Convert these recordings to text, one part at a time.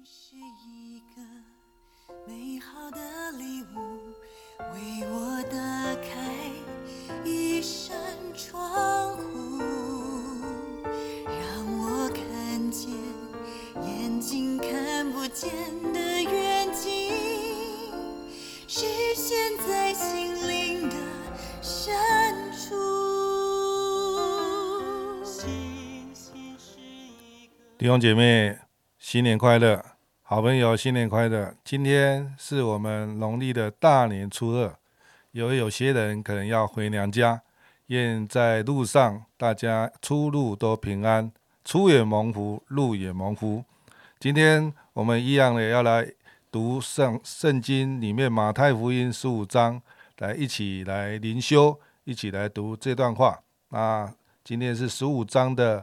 是一个美好的礼物，为我打开一扇窗户，让我看见眼睛看不见的远景，实现在心灵的深处。 弟兄姐妹，新年快乐！好朋友，新年快乐！今天是我们农历的大年初二，有些人可能要回娘家，愿在路上大家出入都平安，出也蒙福，入也蒙福。今天我们一样的要来读圣经里面马太福音15章，一起来灵修，一起来读这段话。那今天是15章的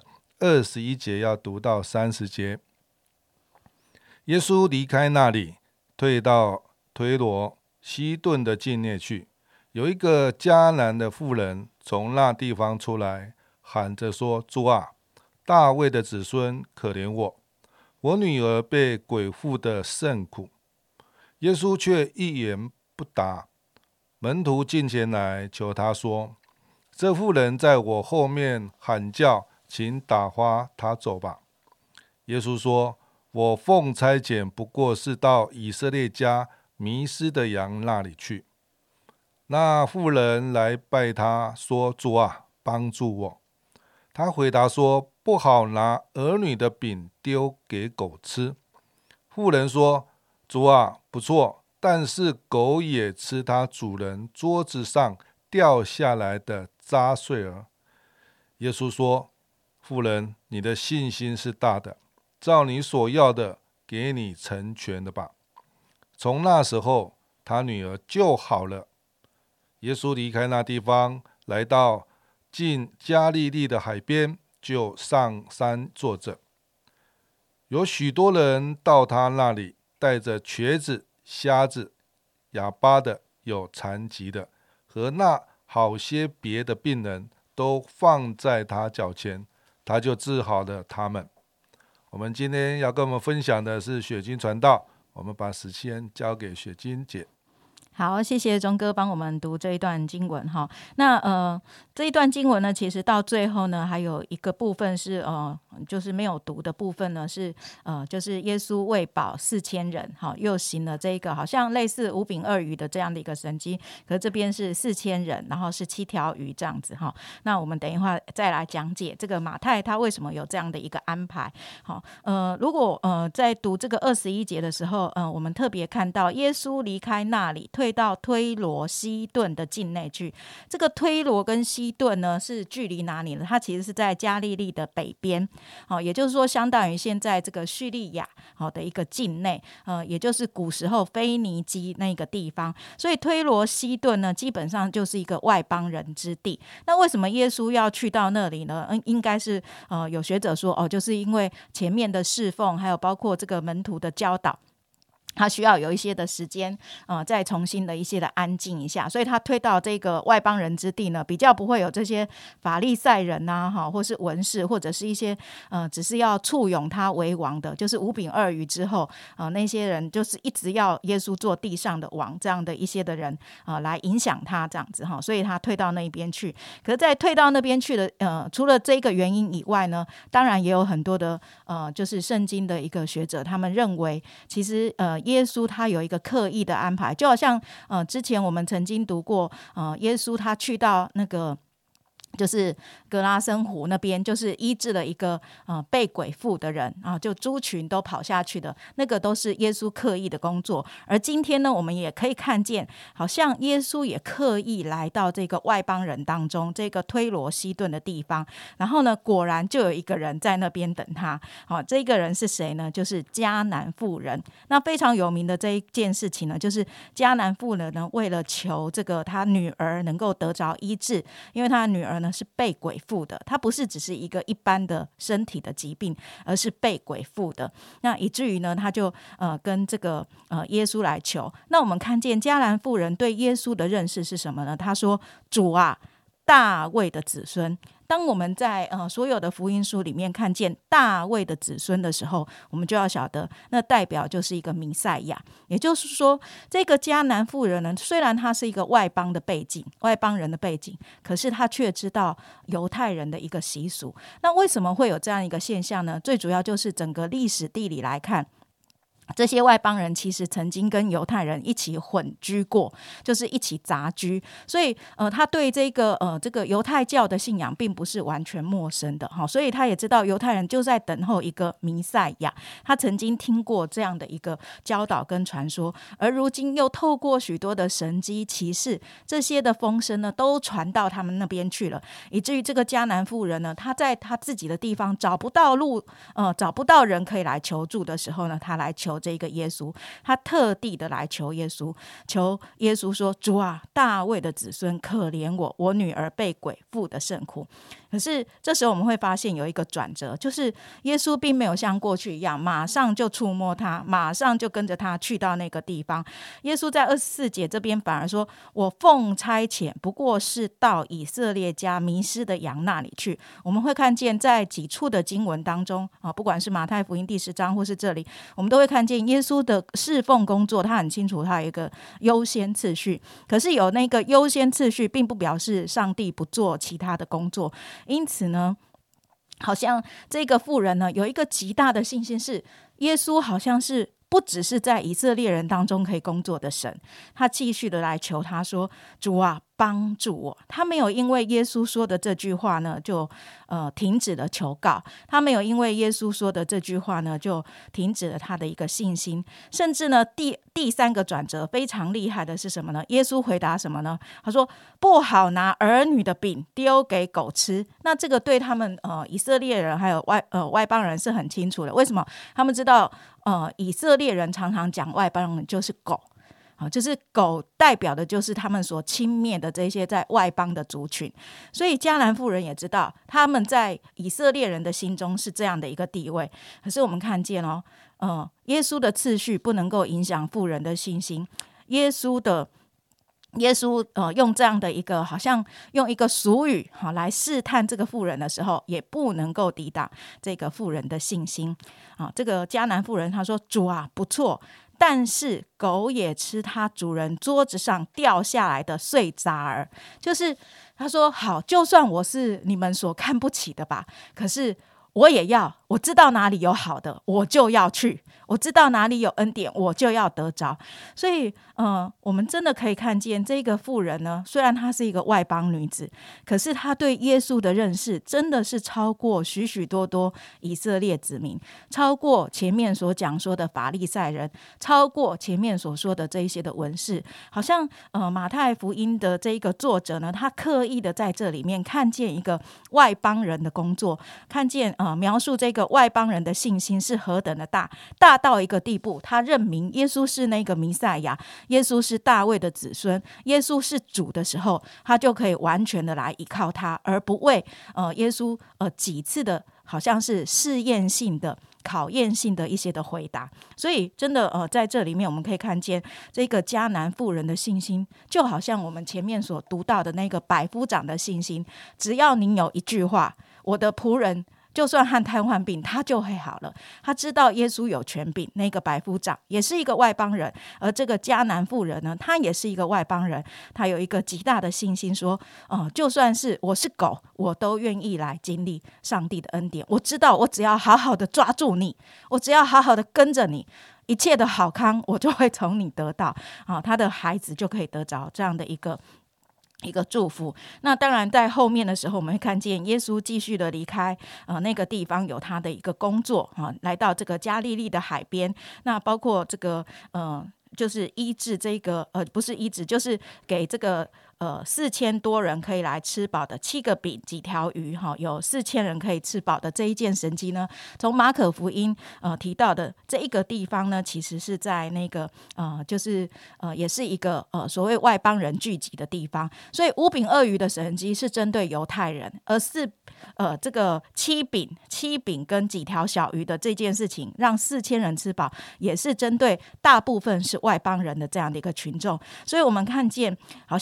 21节要读到30节。耶稣离开那里，退到推罗西顿的境内去。有一个迦南的妇人从那地方出来，喊着说：主啊，大卫的子孙，可怜我，我女儿被鬼附得甚苦。耶稣却一言不答。门徒进前来求他说：这妇人在我后面喊叫，请打发她走吧。耶稣说：我奉差遣，不过是到以色列家迷失的羊那里去。那妇人来拜他说：主啊，帮助我。他回答说：不好拿儿女的饼丢给狗吃。妇人说：主啊，不错，但是狗也吃他主人桌子上掉下来的渣碎儿。耶稣说：妇人，你的信心是大的，照你所要的，给你成全的吧。从那时候，他女儿就好了。耶稣离开那地方，来到近加利利的海边，就上山坐着。有许多人到他那里，带着瘸子、瞎子、哑巴的，有残疾的，和那好些别的病人，都放在他脚前，他就治好了他们。我们今天要跟我们分享的是雪晶传道，我们把时间交给雪晶姐。 好，谢谢钟哥帮我们读这一段经文哈。那这一段经文呢，其实到最后呢，还有一个部分是就是没有读的部分呢，是就是耶稣喂饱4000人，哈，又行了这个好像类似5饼2鱼的这样的一个神迹，可是这边是4000人，然后是7条鱼这样子哈。那我们等一会儿再来讲解这个马太他为什么有这样的一个安排。好，如果在读这个21节的时候，我们特别看到耶稣离开那里，退到推罗西顿的境内去。这个推罗跟西顿呢，是距离哪里呢？它其实是在加利利的北边，也就是说相当于现在这个叙利亚的一个境内，也就是古时候腓尼基那个地方。所以推罗西顿呢，基本上就是一个外邦人之地。那为什么耶稣要去到那里呢？应该是有学者说就是因为前面的侍奉，还有包括这个门徒的教导，他需要有一些的时间，再重新的一些的安静一下，所以他退到这个外邦人之地呢，比较不会有这些法利赛人啊，或是文士，或者是一些只是要簇拥他为王的，就是5饼2鱼之后，那些人就是一直要耶稣做地上的王，这样的一些的人来影响他这样子哈，所以他退到那边去。可是，在退到那边去的除了这个原因以外呢，当然也有很多的就是圣经的一个学者，他们认为其实耶稣他有一个刻意的安排，就好像之前我们曾经读过耶稣他去到那个就是格拉森湖那边，就是医治了一个被鬼附的人啊，就猪群都跑下去的，那个都是耶稣刻意的工作。而今天呢，我们也可以看见，好像耶稣也刻意来到这个外邦人当中，这个推罗西顿的地方。然后呢，果然就有一个人在那边等他。好，这个人是谁呢？就是迦南妇人。那非常有名的这一件事情呢，就是迦南妇人呢，为了求这个他女儿能够得着医治，因为他的女儿呢是被鬼附的，它不是只是一个一般的身体的疾病，而是被鬼附的。那以至于呢，他就跟这个耶稣来求。那我们看见迦南妇人对耶稣的认识是什么呢？他说：主啊，大卫的子孙。 当我们在所有的福音书里面看见大卫的子孙的时候，我们就要晓得那代表就是一个弥赛亚。也就是说，这个迦南妇人呢，虽然他是一个外邦的背景，外邦人的背景，可是他却知道犹太人的一个习俗。那为什么会有这样一个现象呢？最主要就是整个历史地理来看，这些外邦人其实曾经跟犹太人一起混居过，就是一起杂居，所以他对这个犹太教的信仰并不是完全陌生的哈，所以他也知道犹太人就在等候一个弥赛亚，他曾经听过这样的一个教导跟传说，而如今又透过许多的神迹奇事，这些的风声呢都传到他们那边去了，以至于这个迦南妇人呢，他在他自己的地方找不到路，找不到人可以来求助的时候呢，他来求这个耶稣，他特地的来求耶稣，求耶稣说：主啊，大卫的子孙，可怜我，我女儿被鬼附的甚苦。可是这时候我们会发现有一个转折，就是耶稣并没有像过去一样马上就触摸他，马上就跟着他去到那个地方。耶稣在24节这边反而说：我奉差遣不过是到以色列家迷失的羊那里去。我们会看见在几处的经文当中不管是马太福音第10章或是这里，我们都会看见耶稣的侍奉工作，他很清楚他有一个优先次序。可是有那个优先次序并不表示上帝不做其他的工作，因此呢，好像这个妇人呢有一个极大的信心，是耶稣好像是不只是在以色列人当中可以工作的神，他继续的来求他说：主啊，帮助我。他没有因为耶稣说的这句话呢就停止了求告，他没有因为耶稣说的这句话呢就停止了他的一个信心，甚至呢第三个转折非常厉害的是什么呢？耶稣回答什么呢？他说：不好拿儿女的饼丢给狗吃。那这个对他们以色列人还有外邦人是很清楚的。为什么？他们知道以色列人常常讲外邦人就是狗，就是狗代表的就是他们所轻蔑的这些在外邦的族群，所以迦南妇人也知道他们在以色列人的心中是这样的一个地位。可是我们看见耶稣的次序不能够影响妇人的信心，耶稣用这样的一个好像用一个俗语来试探这个妇人的时候，也不能够抵挡这个妇人的信心。这个迦南妇人她说：主啊，不错，但是狗也吃它主人桌子上掉下来的碎渣儿。就是他说：好，就算我是你们所看不起的吧，可是我也要，我知道哪里有好的我就要去，我知道哪里有恩典我就要得着。所以我们真的可以看见这个妇人呢，虽然她是一个外邦女子，可是她对耶稣的认识真的是超过许许多多以色列子民，超过前面所讲说的法利赛人，超过前面所说的这一些的文士。好像马太福音的这一个作者呢，他刻意的在这里面看见一个外邦人的工作，看见描述这个外邦人的信心是何等的大到一个地步，他认明耶稣是那个弥赛亚，耶稣是大卫的子孙，耶稣是主的时候，他就可以完全的来依靠他，而不为耶稣几次的好像是试验性的考验性的一些的回答。所以真的在这里面我们可以看见这个迦南妇人的信心，就好像我们前面所读到的那个百夫长的信心，只要您有一句话，我的仆人就算和瘫痪病他就会好了。他知道耶稣有权柄，那个百夫长也是一个外邦人，而这个迦南妇人呢，他也是一个外邦人，他有一个极大的信心说就算是我是狗，我都愿意来经历上帝的恩典。我知道我只要好好的抓住你，我只要好好的跟着你，一切的好康我就会从你得到他的孩子就可以得着这样的一个祝福。那当然在后面的时候，我们会看见耶稣继续的离开那个地方，有他的一个工作来到这个加利利的海边。那包括这个就是医治这个不是医治，就是给这个4000多人可以来吃饱的7个饼几条鱼有4000人可以吃饱的这一件神迹呢，从马可福音提到的这一个地方呢，其实是在那个就是也是一个所谓外邦人聚集的地方。所以5饼2鱼的神迹是针对犹太人，而这个7饼跟几条小鱼的这件事情让4000人吃饱，也是针对大部分是外邦人的这样的一个群众。所以我们看见好像耶稣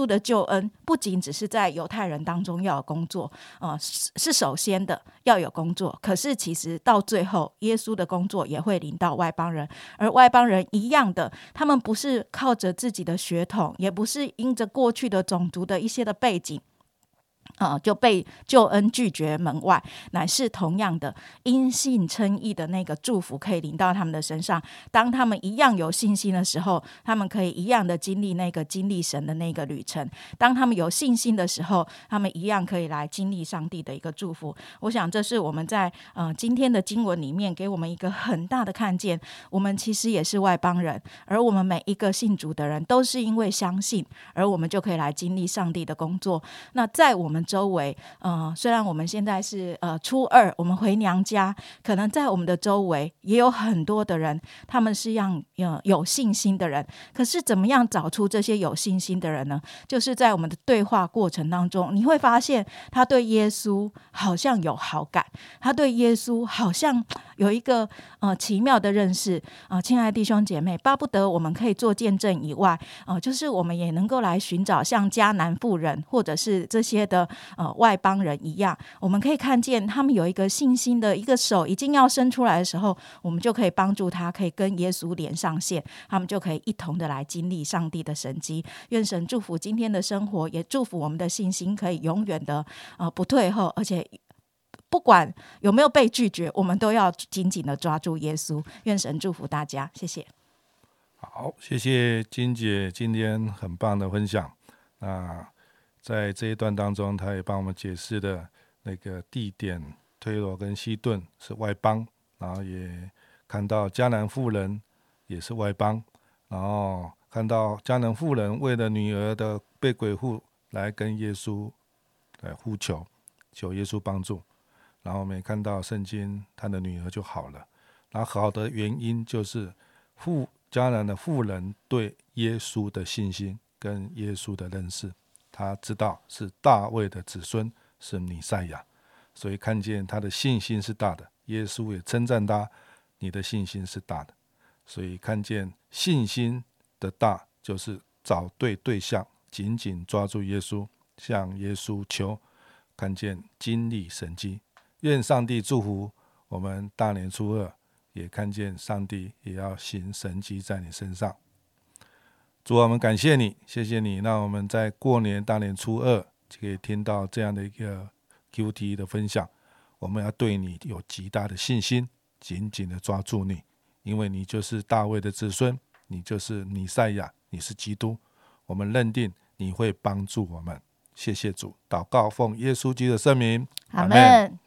稣的救恩不仅只是在犹太人当中要有工作，是首先的要有工作，可是其实到最后耶稣的工作也会临到外邦人，而外邦人一样的，他们不是靠着自己的血统，也不是因着过去的种族的一些的背景就被救恩拒绝门外，乃是同样的因信称义的那个祝福可以临到他们的身上。当他们一样有信心的时候，他们可以一样的经历神的那个旅程。当他们有信心的时候，他们一样可以来经历上帝的一个祝福。我想这是我们在今天的经文里面给我们一个很大的看见，我们其实也是外邦人，而我们每一个信主的人都是因为相信，而我们就可以来经历上帝的工作。那在我们周围虽然我们现在是初二我们回娘家，可能在我们的周围也有很多的人，他们是有信心的人。可是怎么样找出这些有信心的人呢？就是在我们的对话过程当中，你会发现他对耶稣好像有好感，他对耶稣好像有一个奇妙的认识亲爱的弟兄姐妹，巴不得我们可以做见证以外就是我们也能够来寻找像迦南妇人或者是这些的外邦人一样，我们可以看见他们有一个信心的一个手已经要伸出来的时候，我们就可以帮助他可以跟耶稣连上线，他们就可以一同的来经历上帝的神迹。愿神祝福今天的生活，也祝福我们的信心可以永远的不退后，而且不管有没有被拒绝，我们都要紧紧的抓住耶稣。愿神祝福大家，谢谢。 好，谢谢金姐今天很棒的分享。那在这一段当中，她也帮我们解释了那个地点，推罗跟西顿是外邦，然后也看到迦南妇人也是外邦，然后看到迦南妇人为了女儿的被鬼附来跟耶稣来呼求耶稣帮助，然后我们也看到圣经他的女儿就好了，然后好的原因就是迦南的妇人对耶稣的信心跟耶稣的认识，他知道是大卫的子孙，是弥赛亚，所以看见他的信心是大的，耶稣也称赞他，你的信心是大的。所以看见信心的大，就是找对对象，紧紧抓住耶稣，向耶稣求，看见经历神迹。愿上帝祝福我们大年初二，也看见上帝也要行神迹在你身上。主啊，我们感谢你，谢谢你让我们在过年大年初二可以听到这样的一个 QT 的分享。我们要对你有极大的信心，紧紧的抓住你，因为你就是大卫的子孙，你就是弥赛亚，你是基督，我们认定你会帮助我们。谢谢主，祷告奉耶稣基督的圣名， 阿们。